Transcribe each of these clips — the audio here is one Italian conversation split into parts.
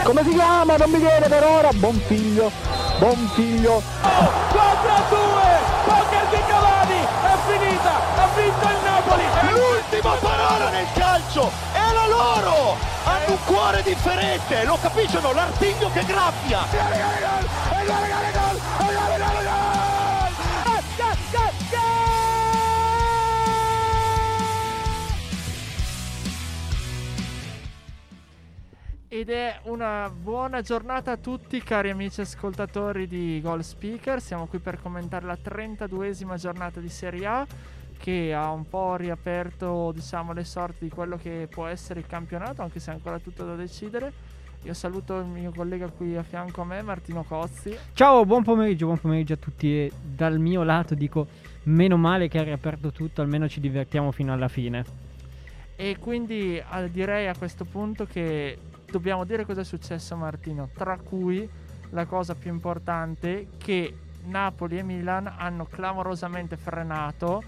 come si chiama? Non mi viene per ora. Bonfiglio. 4-2, poker di Cavani, è finita, ha vinto il Napoli. L'ultima parola nel calcio è la loro, hanno un cuore differente, lo capiscono, l'artiglio che graffia. Ed è una buona giornata a tutti cari amici ascoltatori di Goal Speaker. Siamo qui per commentare la 32esima giornata di Serie A, che ha un po' riaperto, diciamo, le sorti di quello che può essere il campionato, anche se è ancora tutto da decidere. Io saluto il mio collega qui a fianco a me, Martino Cozzi. Ciao, buon pomeriggio a tutti. E dal mio lato dico, meno male che ha riaperto tutto, almeno ci divertiamo fino alla fine. E quindi direi a questo punto che dobbiamo dire cosa è successo, Martino, tra cui la cosa più importante, che Napoli e Milan hanno clamorosamente frenato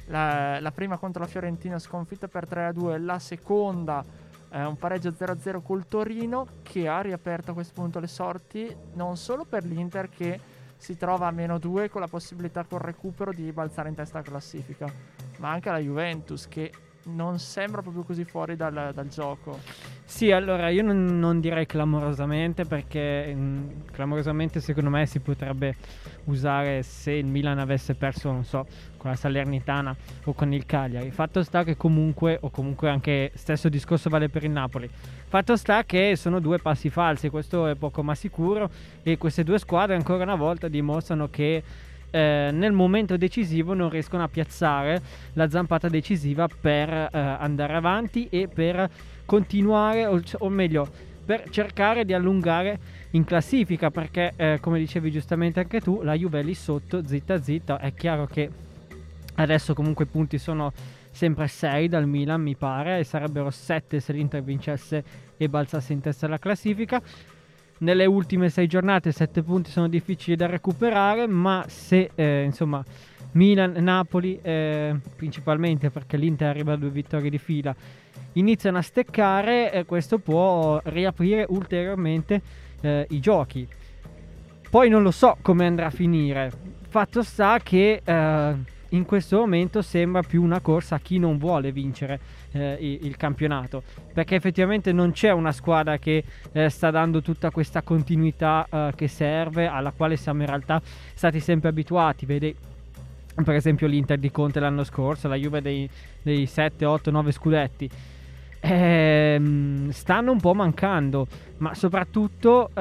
la prima contro la Fiorentina, sconfitta per 3-2, la seconda un pareggio 0-0 col Torino, che ha riaperto a questo punto le sorti non solo per l'Inter, che si trova a -2 con la possibilità col recupero di balzare in testa alla classifica, ma anche la Juventus, che non sembra proprio così fuori dal gioco. Sì, allora io non direi clamorosamente, perché clamorosamente secondo me si potrebbe usare se il Milan avesse perso, non so, con la Salernitana o con il Cagliari. Fatto sta che comunque, o comunque anche stesso discorso vale per il Napoli, fatto sta che sono due passi falsi, questo è poco ma sicuro, e queste due squadre ancora una volta dimostrano che nel momento decisivo non riescono a piazzare la zampata decisiva per andare avanti e per continuare, o meglio per cercare di allungare in classifica, perché come dicevi giustamente anche tu, la Juve lì sotto, zitta zitta. È chiaro che adesso comunque i punti sono sempre 6 dal Milan, mi pare, e sarebbero 7 se l'Inter vincesse e balzasse in testa alla classifica. Nelle ultime 6 giornate 7 punti sono difficili da recuperare, ma se insomma Milan e Napoli, principalmente perché l'Inter arriva a 2 vittorie di fila, iniziano a steccare, questo può riaprire ulteriormente i giochi. Poi non lo so come andrà a finire. Fatto sta che in questo momento sembra più una corsa a chi non vuole vincere il campionato, perché effettivamente non c'è una squadra che sta dando tutta questa continuità che serve, alla quale siamo in realtà stati sempre abituati. Vedi per esempio l'Inter di Conte l'anno scorso, la Juve dei 7, 8, 9 scudetti. Stanno un po' mancando, ma soprattutto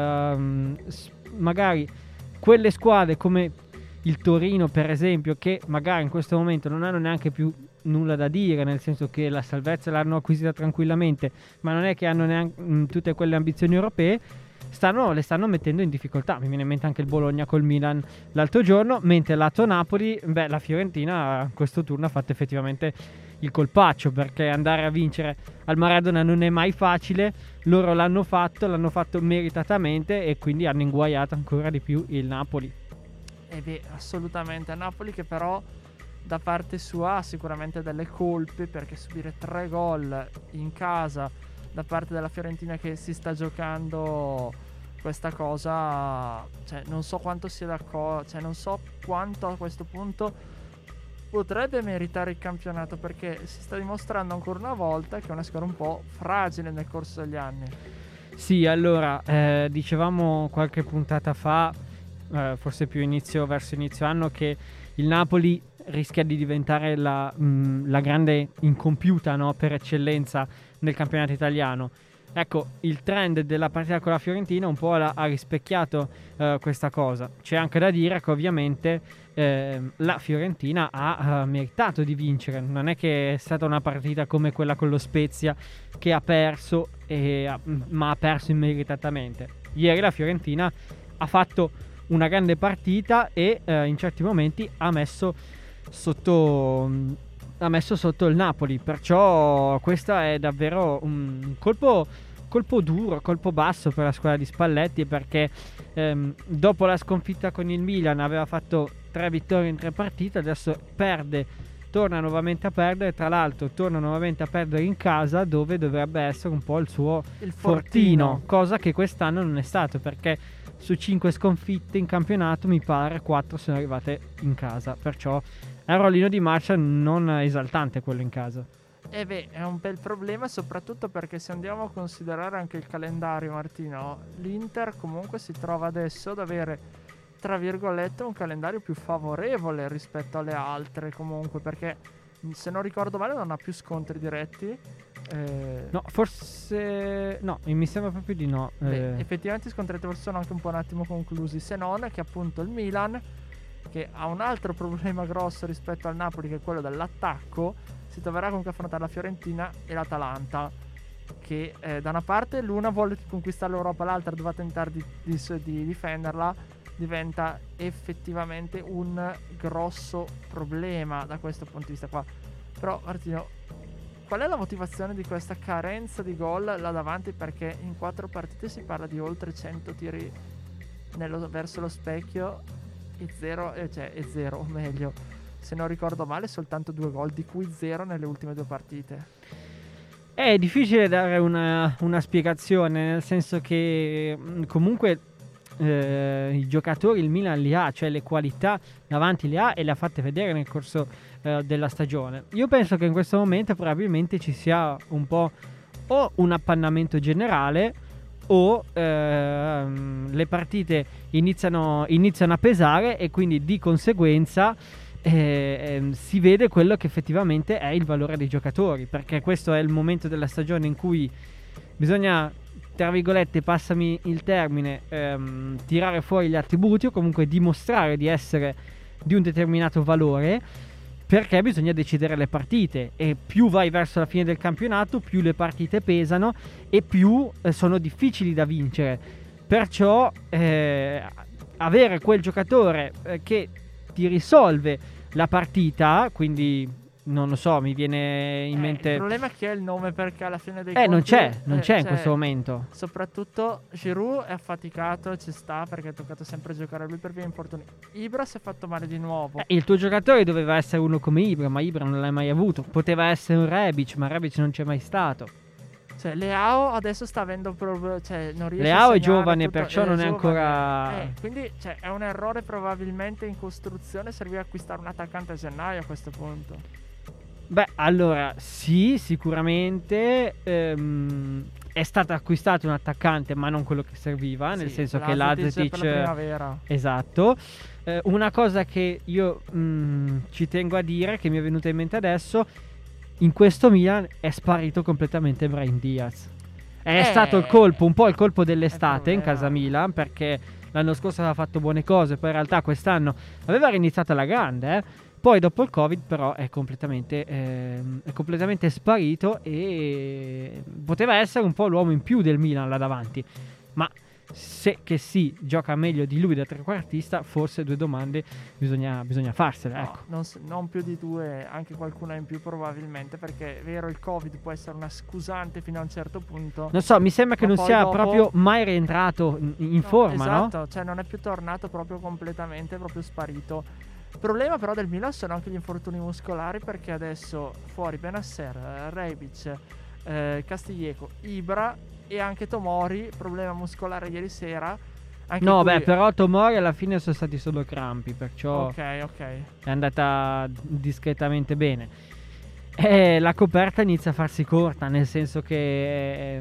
magari quelle squadre come il Torino per esempio, che magari in questo momento non hanno neanche più nulla da dire, nel senso che la salvezza l'hanno acquisita tranquillamente, ma non è che hanno neanche tutte quelle ambizioni europee, le stanno mettendo in difficoltà. Mi viene in mente anche il Bologna col Milan l'altro giorno, mentre lato Napoli, la Fiorentina a questo turno ha fatto effettivamente il colpaccio, perché andare a vincere al Maradona non è mai facile. Loro l'hanno fatto meritatamente, e quindi hanno inguaiato ancora di più il Napoli. Assolutamente. A Napoli, che però da parte sua ha sicuramente delle colpe, perché subire 3 gol in casa da parte della Fiorentina, che si sta giocando questa cosa, cioè non so quanto sia d'accordo, cioè non so quanto a questo punto potrebbe meritare il campionato, perché si sta dimostrando ancora una volta che è una squadra un po' fragile nel corso degli anni. Sì, allora dicevamo qualche puntata fa, forse più verso inizio anno, che il Napoli rischia di diventare la grande incompiuta, no, per eccellenza nel campionato italiano. Ecco, il trend della partita con la Fiorentina un po' ha rispecchiato questa cosa. C'è anche da dire che ovviamente la Fiorentina ha meritato di vincere. Non è che è stata una partita come quella con lo Spezia, che ha perso, ma ha perso immeritatamente. Ieri la Fiorentina ha fatto una grande partita e in certi momenti ha messo sotto il Napoli, perciò questo è davvero un colpo duro, colpo basso per la squadra di Spalletti, perché dopo la sconfitta con il Milan aveva fatto 3 vittorie in 3 partite, adesso perde torna nuovamente a perdere, tra l'altro torna nuovamente a perdere in casa, dove dovrebbe essere un po' il suo fortino, cosa che quest'anno non è stato, perché su 5 sconfitte in campionato mi pare 4 sono arrivate in casa, perciò è un rollino di marcia non esaltante quello in casa. È un bel problema, soprattutto perché se andiamo a considerare anche il calendario, Martino, l'Inter comunque si trova adesso ad avere, tra virgolette, un calendario più favorevole rispetto alle altre, comunque, perché se non ricordo male non ha più scontri diretti. No, forse no, mi sembra proprio di no. Effettivamente i scontri diretti sono anche un attimo conclusi, se non che appunto il Milan, che ha un altro problema grosso rispetto al Napoli, che è quello dell'attacco, si troverà comunque a affrontare la Fiorentina e l'Atalanta, che da una parte l'una vuole conquistare l'Europa, l'altra dovrà tentare di difenderla. Diventa effettivamente un grosso problema da questo punto di vista qua. Però Martino, qual è la motivazione di questa carenza di gol là davanti? Perché in 4 partite si parla di oltre 100 tiri verso lo specchio e 0, o meglio, se non ricordo male, soltanto 2 gol, di cui 0 nelle ultime 2 partite. È difficile dare una spiegazione, nel senso che comunque i giocatori il Milan li ha, cioè le qualità davanti le ha e le ha fatte vedere nel corso della stagione. Io penso che in questo momento probabilmente ci sia un po' o un appannamento generale o le partite iniziano a pesare e quindi di conseguenza si vede quello che effettivamente è il valore dei giocatori, perché questo è il momento della stagione in cui bisogna, tra virgolette, passami il termine, tirare fuori gli attributi o comunque dimostrare di essere di un determinato valore, perché bisogna decidere le partite e più vai verso la fine del campionato più le partite pesano e più sono difficili da vincere, perciò avere quel giocatore che ti risolve la partita, quindi non lo so, mi viene in mente. Il problema è che è il nome, perché alla fine dei conti non c'è in questo momento. Soprattutto Giroud è affaticato, ci sta, perché è toccato sempre giocare a lui per via infortuni. Ibra si è fatto male di nuovo. Il tuo giocatore doveva essere uno come Ibra, ma Ibra non l'hai mai avuto. Poteva essere un Rebic, ma Rebic non c'è mai stato. Cioè Leao adesso sta avendo non riesce Leao a è giovane, tutto, perciò non è ancora. Quindi è un errore probabilmente in costruzione. Serviva acquistare un attaccante a gennaio a questo punto. Beh, allora sì, sicuramente è stato acquistato un attaccante, ma non quello che serviva, nel senso che l'Azetic per la primavera. Esatto. Una cosa che io ci tengo a dire, che mi è venuta in mente adesso: in questo Milan è sparito completamente Brahim Diaz. È stato il colpo, un po' il colpo dell'estate in casa Milan, perché l'anno scorso aveva fatto buone cose, poi in realtà quest'anno aveva riniziato alla grande, Poi dopo il Covid però è completamente sparito e poteva essere un po' l'uomo in più del Milan là davanti. Ma se che sì, gioca meglio di lui da trequartista, forse due domande bisogna farsele. No, ecco. non più di due, anche qualcuna in più probabilmente, perché è vero, il Covid può essere una scusante fino a un certo punto. Non so, mi sembra che non sia proprio mai rientrato in forma, esatto, no? Cioè non è più tornato proprio completamente, è proprio sparito. Il problema però del Milan sono anche gli infortuni muscolari, perché adesso fuori Benasser, Rebic, Castillejo, Ibra e anche Tomori, problema muscolare ieri sera. Anche però Tomori alla fine sono stati solo crampi, perciò ok. è andata discretamente bene. La coperta inizia a farsi corta, nel senso che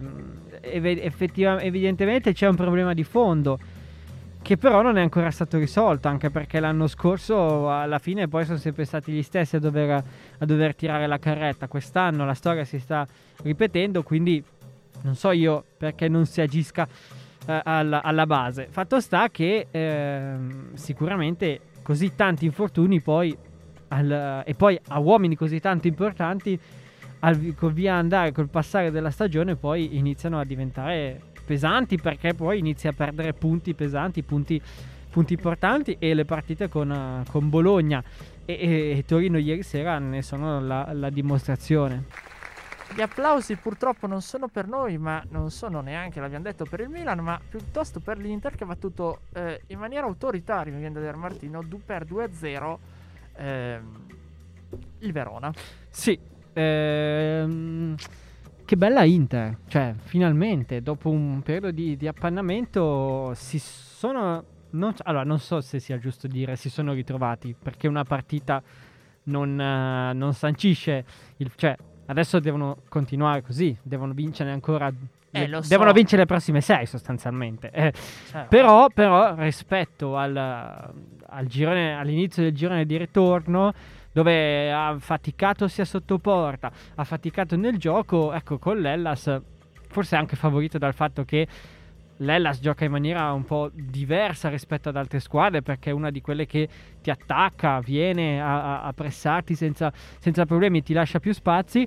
evidentemente c'è un problema di fondo, che però non è ancora stato risolto, anche perché l'anno scorso alla fine poi sono sempre stati gli stessi a dover tirare la carretta. Quest'anno la storia si sta ripetendo, quindi non so io perché non si agisca alla base. Fatto sta che sicuramente così tanti infortuni poi e poi a uomini così tanto importanti col via andare, col passare della stagione, poi iniziano a diventare pesanti, perché poi inizia a perdere punti pesanti, punti importanti, e le partite con Bologna e Torino ieri sera ne sono la dimostrazione. Gli applausi purtroppo non sono per noi, ma non sono neanche, l'abbiamo detto, per il Milan, ma piuttosto per l'Inter, che va tutto in maniera autoritaria, mi viene da dire Martino, per 2-0 il Verona. Sì, che bella Inter, cioè finalmente dopo un periodo di appannamento si sono, non so se sia giusto dire si sono ritrovati, perché una partita non sancisce cioè adesso devono continuare così, devono vincere ancora, devono vincere le prossime 6 sostanzialmente, Certo. però rispetto al girone, all'inizio del girone di ritorno, dove ha faticato sia sotto porta, ha faticato nel gioco, ecco, con l'Hellas, forse anche favorito dal fatto che l'Hellas gioca in maniera un po' diversa rispetto ad altre squadre, perché è una di quelle che ti attacca, viene a pressarti senza problemi, ti lascia più spazi,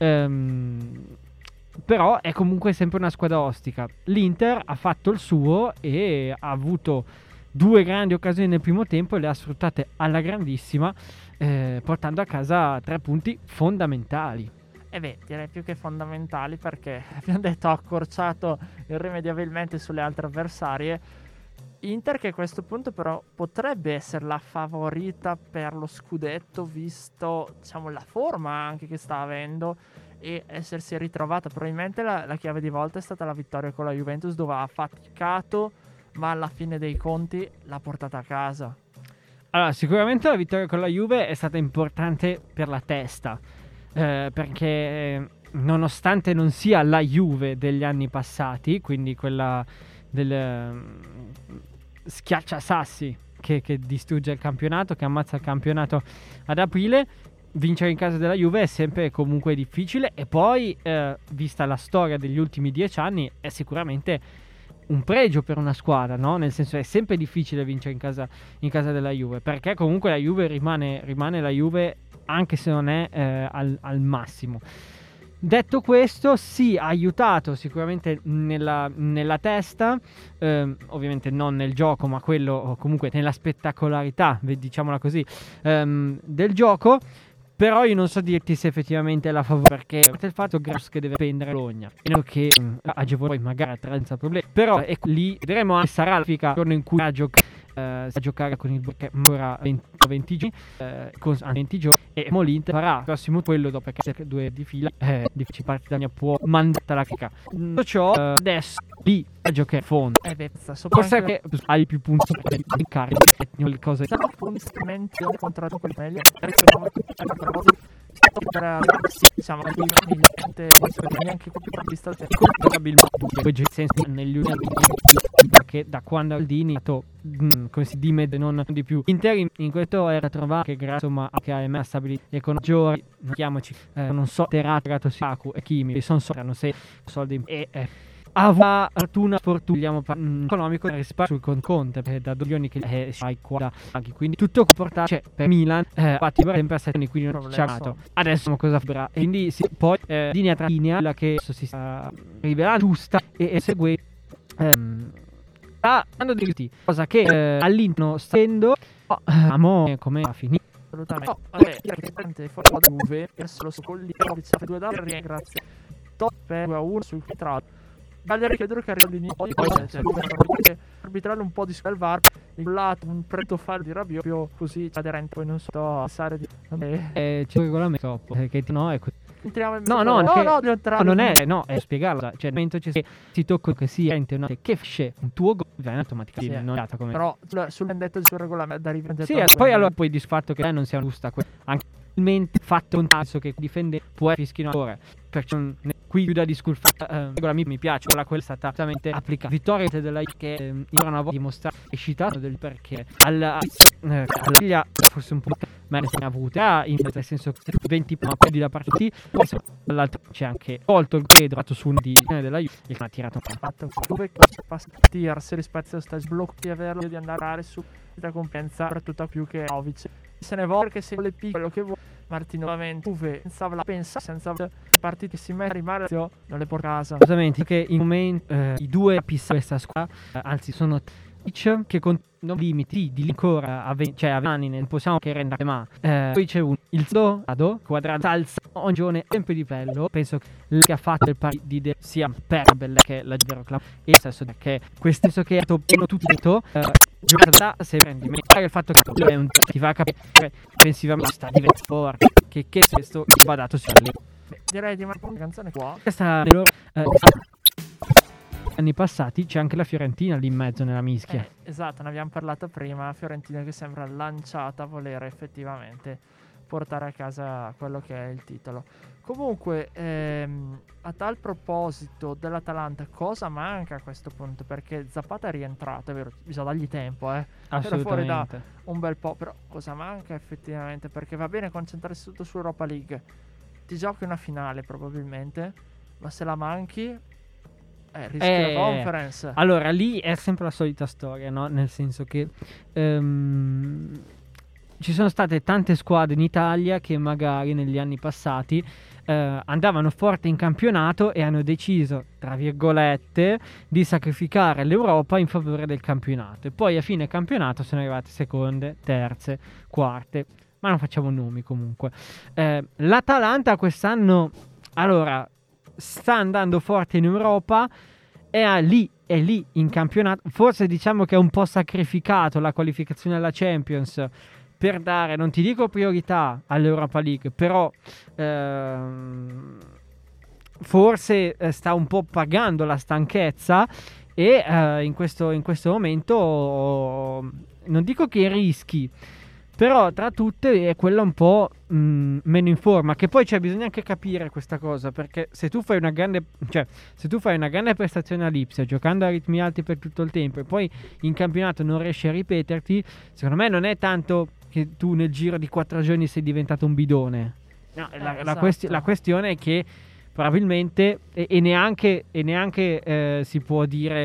però è comunque sempre una squadra ostica. L'Inter ha fatto il suo e ha avuto 2 grandi occasioni nel primo tempo e le ha sfruttate alla grandissima, portando a casa 3 punti fondamentali. Direi più che fondamentali, perché abbiamo detto ha accorciato irrimediabilmente sulle altre avversarie. Inter che a questo punto però potrebbe essere la favorita per lo scudetto, visto diciamo la forma anche che sta avendo e essersi ritrovata. Probabilmente la chiave di volta è stata la vittoria con la Juventus, dove ha faticato ma alla fine dei conti l'ha portata a casa. Allora, sicuramente la vittoria con la Juve è stata importante per la testa, perché nonostante non sia la Juve degli anni passati, quindi quella del schiacciasassi che distrugge il campionato, che ammazza il campionato ad aprile, vincere in casa della Juve è sempre comunque difficile, e poi vista la storia degli ultimi 10 anni è sicuramente un pregio per una squadra, no? Nel senso, è sempre difficile vincere in casa della Juve, perché comunque la Juve rimane la Juve, anche se non è al massimo. Detto questo, sì, ha aiutato sicuramente nella testa, ovviamente non nel gioco, ma quello comunque nella spettacolarità, diciamola così, del gioco. Però io non so dirti se effettivamente è la favore, perché il fatto che deve prendere Bologna, che agevola poi magari senza problemi, però lì vedremo anche sarà la fica il giorno in cui a giocare con il perché ancora 20 giorni, con 20 giorni, e l'Inter farà il prossimo quello dopo, perché 2 di fila difficili partita mia può mandare la fica. Tutto ciò adesso lì a giocare a fondo, forse che hai più punti per giocare le cose strumenti contro quelli meglio, diciamo neanche negli ultimi, perché da quando Aldini è stato come si dimette non di più Inter in questo era trovato che grazie anche a me stabilità economici, non so Terato Saku e Kimi sono erano 6 soldi e aveva una fortuna economico sul Conte da 2 milioni che hai qua anche, quindi tutto portato per Milan infatti sempre a 7 anni, quindi non c'è nato adesso cosa farà, e quindi poi linea tra linea quella che si sta rivelando giusta e segue sta dando diritti, cosa che all'interno stendo come va a finire assolutamente. Fuori la Juve verso lo scollino, 2 da grazie top per 2-1 sul contratto. Cagliari credo che arriva all'inizio arbitrare un po' di VAR, il lato un preto fallo di Rabiot, così aderente, poi non so pensare di c'è un regolamento troppo che no è è spiegarlo, cioè nel momento che si tocca che sia internato che esce un tuo gol viene automaticamente annullato, come però sul vendetto del suo regolamento da riprendere poi allora poi disfatto che non sia giusta anche fatto un tasso che difende può fischino ancora, perché qui più da discolpare mi piace quella è stata esattamente applicata vittoria della che una volta dimostrato e citato del perché alla figlia forse un po' ma ne ha avuta in nel senso 20 punti da partita, dall'altro c'è anche tolto il Pedro su un di della Juve e ha tirato un fatto dove tirarsi rispetto a sta sblocco di averlo di andare su da compensa soprattutto più che Ovic se ne vuole, perché se vuole quello che vuole Martino nuovamente Juve senza partite si mette a rimare non le porta a casa, assolutamente, che in momento i due pista questa squadra anzi sono che con non limiti di ancora a 20 anni non possiamo che rendere ma poi c'è il quadrato salsa ogni sempre di bello, penso che ha fatto il pari di sia per bella che la vero club e stesso perché questo che ha toppato tutto giocata se prendi il fatto che è un ti fa capire offensivamente sta diventando forte, che questo va dato su lì. Direi di mettere una canzone qua. Questa anni passati c'è anche la Fiorentina lì in mezzo nella mischia. Esatto, ne abbiamo parlato prima. Fiorentina che sembra lanciata a volere effettivamente portare a casa quello che è il titolo. Comunque, a tal proposito dell'Atalanta, cosa manca a questo punto? Perché Zapata è rientrato, è vero, bisogna dargli tempo, Era fuori da un bel po', però cosa manca effettivamente? Perché va bene concentrarsi tutto su Europa League, ti giochi una finale probabilmente, ma se la manchi rischi la Conference. Allora lì è sempre la solita storia, no? Nel senso che ci sono state tante squadre in Italia che magari negli anni passati andavano forte in campionato e hanno deciso, tra virgolette, di sacrificare l'Europa in favore del campionato, e poi a fine campionato sono arrivate seconde, terze, quarte, ma non facciamo nomi comunque. L'Atalanta quest'anno, allora, sta andando forte in Europa, è lì in campionato, forse diciamo che è un po' sacrificato la qualificazione alla Champions per dare, non ti dico priorità all'Europa League, però forse sta un po' pagando la stanchezza e in questo momento non dico che rischi, però tra tutte è quella un po' meno in forma, che poi bisogna anche capire questa cosa, perché se tu fai una grande prestazione a Lipsia giocando a ritmi alti per tutto il tempo e poi in campionato non riesci a ripeterti, secondo me non è tanto che tu nel giro di 4 giorni sei diventato un bidone. No, esatto. La questione è che probabilmente e neanche si può dire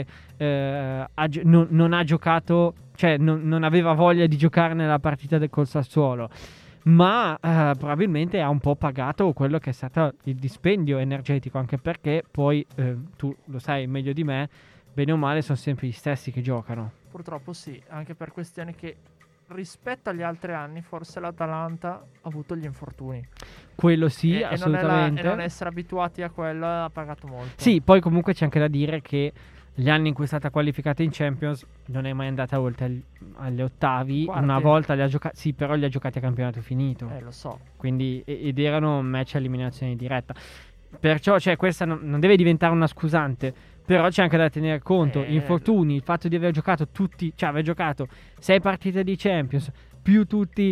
non ha giocato, cioè non aveva voglia di giocare nella partita col Sassuolo, ma probabilmente ha un po' pagato quello che è stato il dispendio energetico, anche perché poi tu lo sai meglio di me, bene o male sono sempre gli stessi che giocano. Purtroppo sì, anche per questioni che rispetto agli altri anni forse l'Atalanta ha avuto gli infortuni. Quello sì, assolutamente. E non essere abituati a quello ha pagato molto. Sì, poi comunque c'è anche da dire che gli anni in cui è stata qualificata in Champions non è mai andata oltre agli ottavi. Quarti. Una volta li ha giocati, sì, però li ha giocati a campionato finito. Lo so. Quindi, ed erano match a eliminazione diretta. Perciò, questa non deve diventare una scusante. Però c'è anche da tenere conto infortuni, il fatto di aver giocato aver giocato 6 partite di Champions più tutti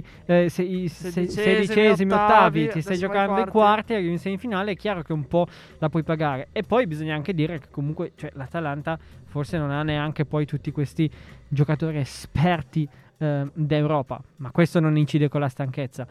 sedicesimi, ottavi, ti stai giocando i quarti, arrivi in semifinale, è chiaro che un po' la puoi pagare. E poi bisogna anche dire che comunque l'Atalanta forse non ha neanche poi tutti questi giocatori esperti d'Europa, ma questo non incide con la stanchezza,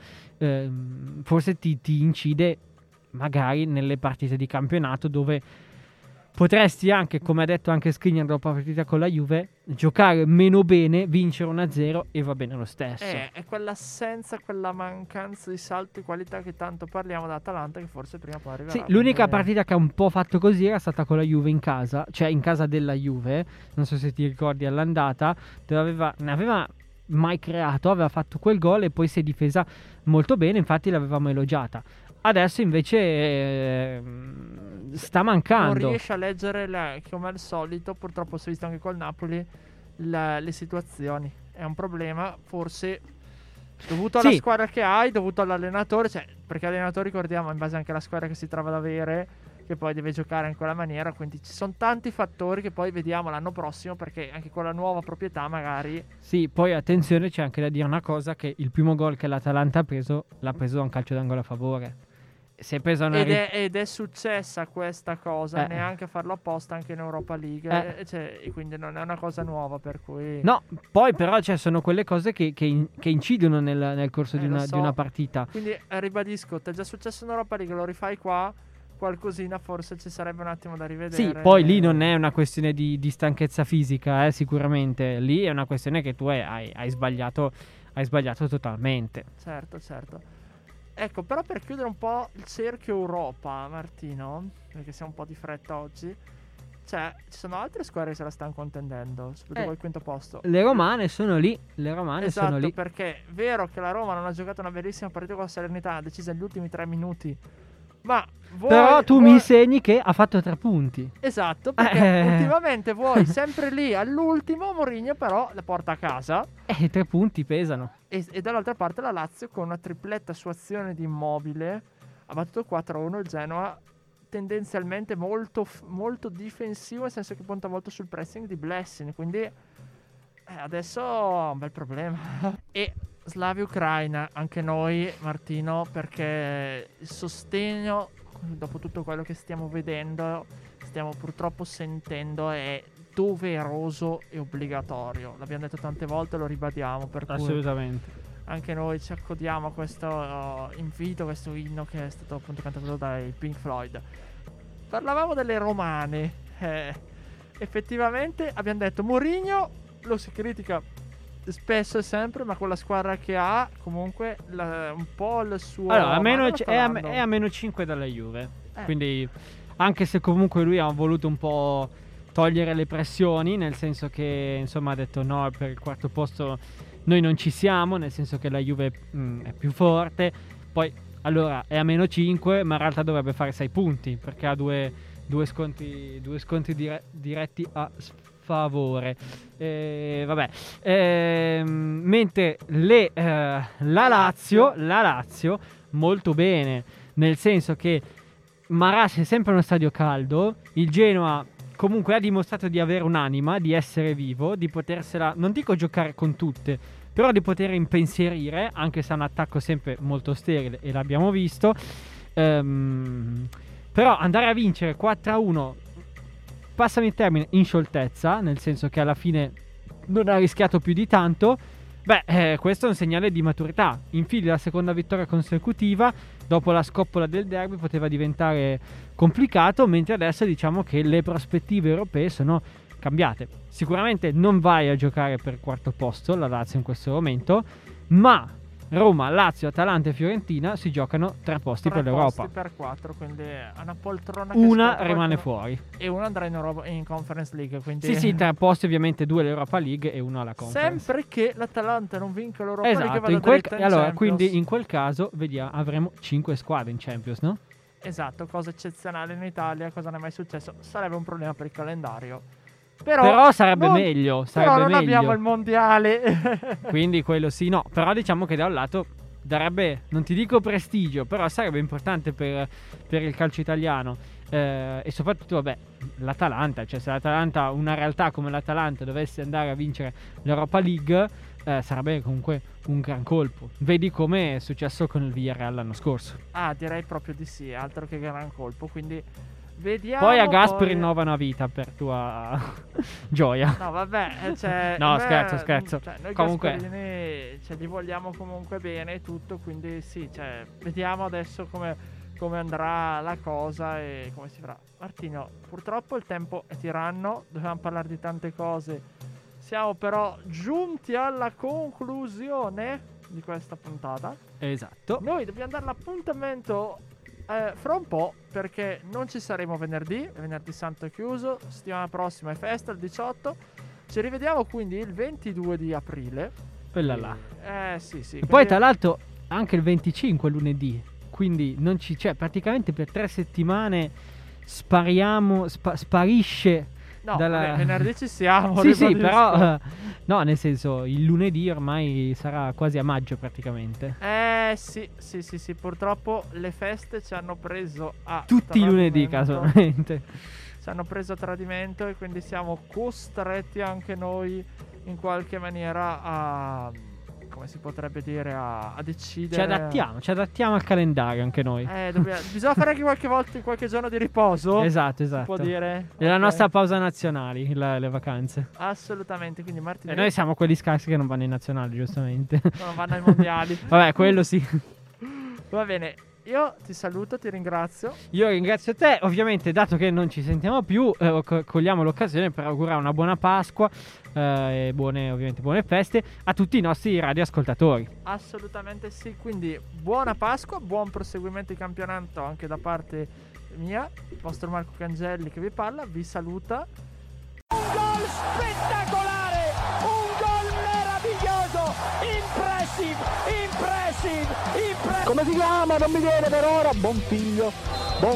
forse ti incide magari nelle partite di campionato dove potresti anche, come ha detto anche Skriniar dopo la partita con la Juve, giocare meno bene, vincere 1-0 e va bene lo stesso. È quell'assenza, quella mancanza di salto di qualità che tanto parliamo dall'Atalanta, che forse prima o poi arriverà. Sì, l'unica partita che ha un po' fatto così era stata con la Juve in casa, cioè in casa della Juve, non so se ti ricordi all'andata, dove ne aveva mai creato, aveva fatto quel gol e poi si è difesa molto bene, infatti l'avevamo elogiata. Adesso invece sta mancando. Non riesce a leggere, come al solito, purtroppo si è visto anche col Napoli, le situazioni. È un problema, forse dovuto alla squadra che hai, dovuto all'allenatore, perché l'allenatore, ricordiamo, in base anche alla squadra che si trova ad avere, che poi deve giocare in quella maniera, quindi ci sono tanti fattori che poi vediamo l'anno prossimo, perché anche con la nuova proprietà magari... Sì, poi attenzione, c'è anche da dire una cosa, che il primo gol che l'Atalanta ha preso, l'ha preso da un calcio d'angolo a favore. Si è preso ed è successa questa cosa, neanche farlo apposta anche in Europa League, e quindi non è una cosa nuova, per cui... No, poi però sono quelle cose che incidono nel corso di una partita. Quindi ribadisco, ti è già successo in Europa League, lo rifai qua, qualcosina forse ci sarebbe un attimo da rivedere. Sì, poi lì non è una questione di stanchezza fisica, sicuramente. Lì è una questione che tu hai sbagliato totalmente. Certo. Ecco, però per chiudere un po' il cerchio Europa, Martino, perché siamo un po' di fretta oggi, ci sono altre squadre che se la stanno contendendo, soprattutto al quinto posto. Le romane sono lì, sono lì. Perché è vero che la Roma non ha giocato una bellissima partita con la Salernitana, decisa negli ultimi 3 minuti, Ma Però tu mi insegni che ha fatto 3 punti. Esatto, perché ultimamente vuoi sempre lì all'ultimo, Mourinho però la porta a casa. 3 punti pesano. E dall'altra parte la Lazio con una tripletta su azione di Immobile ha battuto 4-1 il Genoa, tendenzialmente molto difensivo, nel senso che punta molto sul pressing di Blessing, quindi adesso è un bel problema. E Slavia Ucraina, anche noi, Martino, perché il sostegno, dopo tutto quello che stiamo vedendo, stiamo purtroppo sentendo, è doveroso e obbligatorio. L'abbiamo detto tante volte, lo ribadiamo, per cui Assolutamente. anche noi ci accodiamo a questo invito, questo inno che è stato appunto cantato dai Pink Floyd. Parlavamo delle romane, effettivamente abbiamo detto Mourinho lo si critica spesso e sempre, ma con la squadra che ha comunque un po' il suo... Allora, è a meno 5 dalla Juve, quindi anche se comunque lui ha voluto un po' togliere le pressioni, nel senso che insomma ha detto no, per il quarto posto noi non ci siamo, nel senso che la Juve è più forte. Poi allora è a meno 5, ma in realtà dovrebbe fare 6 punti perché ha due scontri diretti a favore. Mentre la Lazio molto bene, nel senso che Marassi è sempre uno stadio caldo, il Genoa comunque ha dimostrato di avere un'anima, di essere vivo, di potersela, non dico giocare con tutte, però di poter impensierire, anche se ha un attacco sempre molto sterile, e l'abbiamo visto. Però andare a vincere 4-1, passami il termine, in scioltezza, nel senso che alla fine non ha rischiato più di tanto. Questo è un segnale di maturità. Infili la seconda vittoria consecutiva. Dopo la scoppola del derby poteva diventare complicato, mentre adesso diciamo che le prospettive europee sono cambiate. Sicuramente non vai a giocare per quarto posto la Lazio in questo momento, ma Roma, Lazio, Atalanta e Fiorentina si giocano 3 posti per l'Europa. 3 posti per 4, quindi è una poltrona che una rimane fuori e una andrà in Conference League, quindi... Sì, 3 posti ovviamente, 2 l'Europa League e 1 alla Conference. Sempre che l'Atalanta non vinca l'Europa League, esatto, vada allora, quindi in quel caso vediamo, avremo 5 squadre in Champions, no? Esatto, cosa eccezionale in Italia, cosa non è mai successo. Sarebbe un problema per il calendario. Però sarebbe meglio. Però non abbiamo il mondiale. Quindi quello sì, no. Però diciamo che da un lato darebbe, non ti dico prestigio, però sarebbe importante per il calcio italiano. E soprattutto, l'Atalanta. Cioè, se l'Atalanta, una realtà come l'Atalanta, dovesse andare a vincere l'Europa League, sarebbe comunque un gran colpo. Vedi come è successo con il Villarreal l'anno scorso. Direi proprio di sì, altro che gran colpo. Quindi vediamo. Poi a Gasper rinnova una vita per tua gioia. No, vabbè, cioè, no, scherzo. Cioè, noi comunque gli vogliamo comunque bene e tutto, quindi sì, cioè, vediamo adesso come andrà la cosa e come si farà. Martino, purtroppo il tempo è tiranno, dovevamo parlare di tante cose. Siamo però giunti alla conclusione di questa puntata. Esatto. Noi dobbiamo dare l'appuntamento fra un po', perché non ci saremo venerdì santo è chiuso, settimana prossima è festa, il 18. Ci rivediamo quindi il 22 di aprile. Quella là. Sì. E quindi... poi tra l'altro anche il 25 lunedì, quindi non ci, cioè praticamente per 3 settimane sparisce. No, venerdì ci siamo. Sì, però no, nel senso, il lunedì ormai sarà quasi a maggio praticamente. Sì, purtroppo le feste ci hanno preso a tutti i lunedì, casualmente. Ci hanno preso a tradimento e quindi siamo costretti anche noi in qualche maniera a, come si potrebbe dire, a decidere. Ci adattiamo al calendario anche noi. Bisogna fare anche qualche giorno di riposo. Esatto. Si può dire. È la nostra pausa nazionali, le vacanze. Assolutamente, quindi Martino. E noi siamo quelli scarsi che non vanno in nazionali, giustamente. Non vanno ai mondiali. Vabbè, quello sì. Va bene. Io ti saluto, ti ringrazio. Io ringrazio te, ovviamente, dato che non ci sentiamo più, cogliamo l'occasione per augurare una buona Pasqua e buone feste a tutti i nostri radioascoltatori. Assolutamente sì, quindi buona Pasqua, buon proseguimento di campionato anche da parte mia. Il vostro Marco Cangelli che vi parla, vi saluta. Un gol spettacolare, un gol meraviglioso, impressive. Come si chiama? Non mi viene per ora. Buon figlio. 4-2,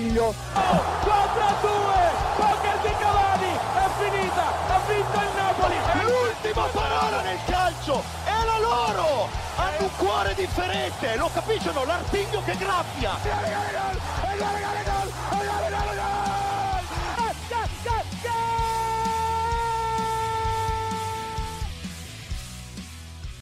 poker di Cavani, è finita, ha vinto il Napoli. L'ultima parola nel calcio è la loro. Hanno un cuore differente, lo capiscono? L'artiglio che graffia.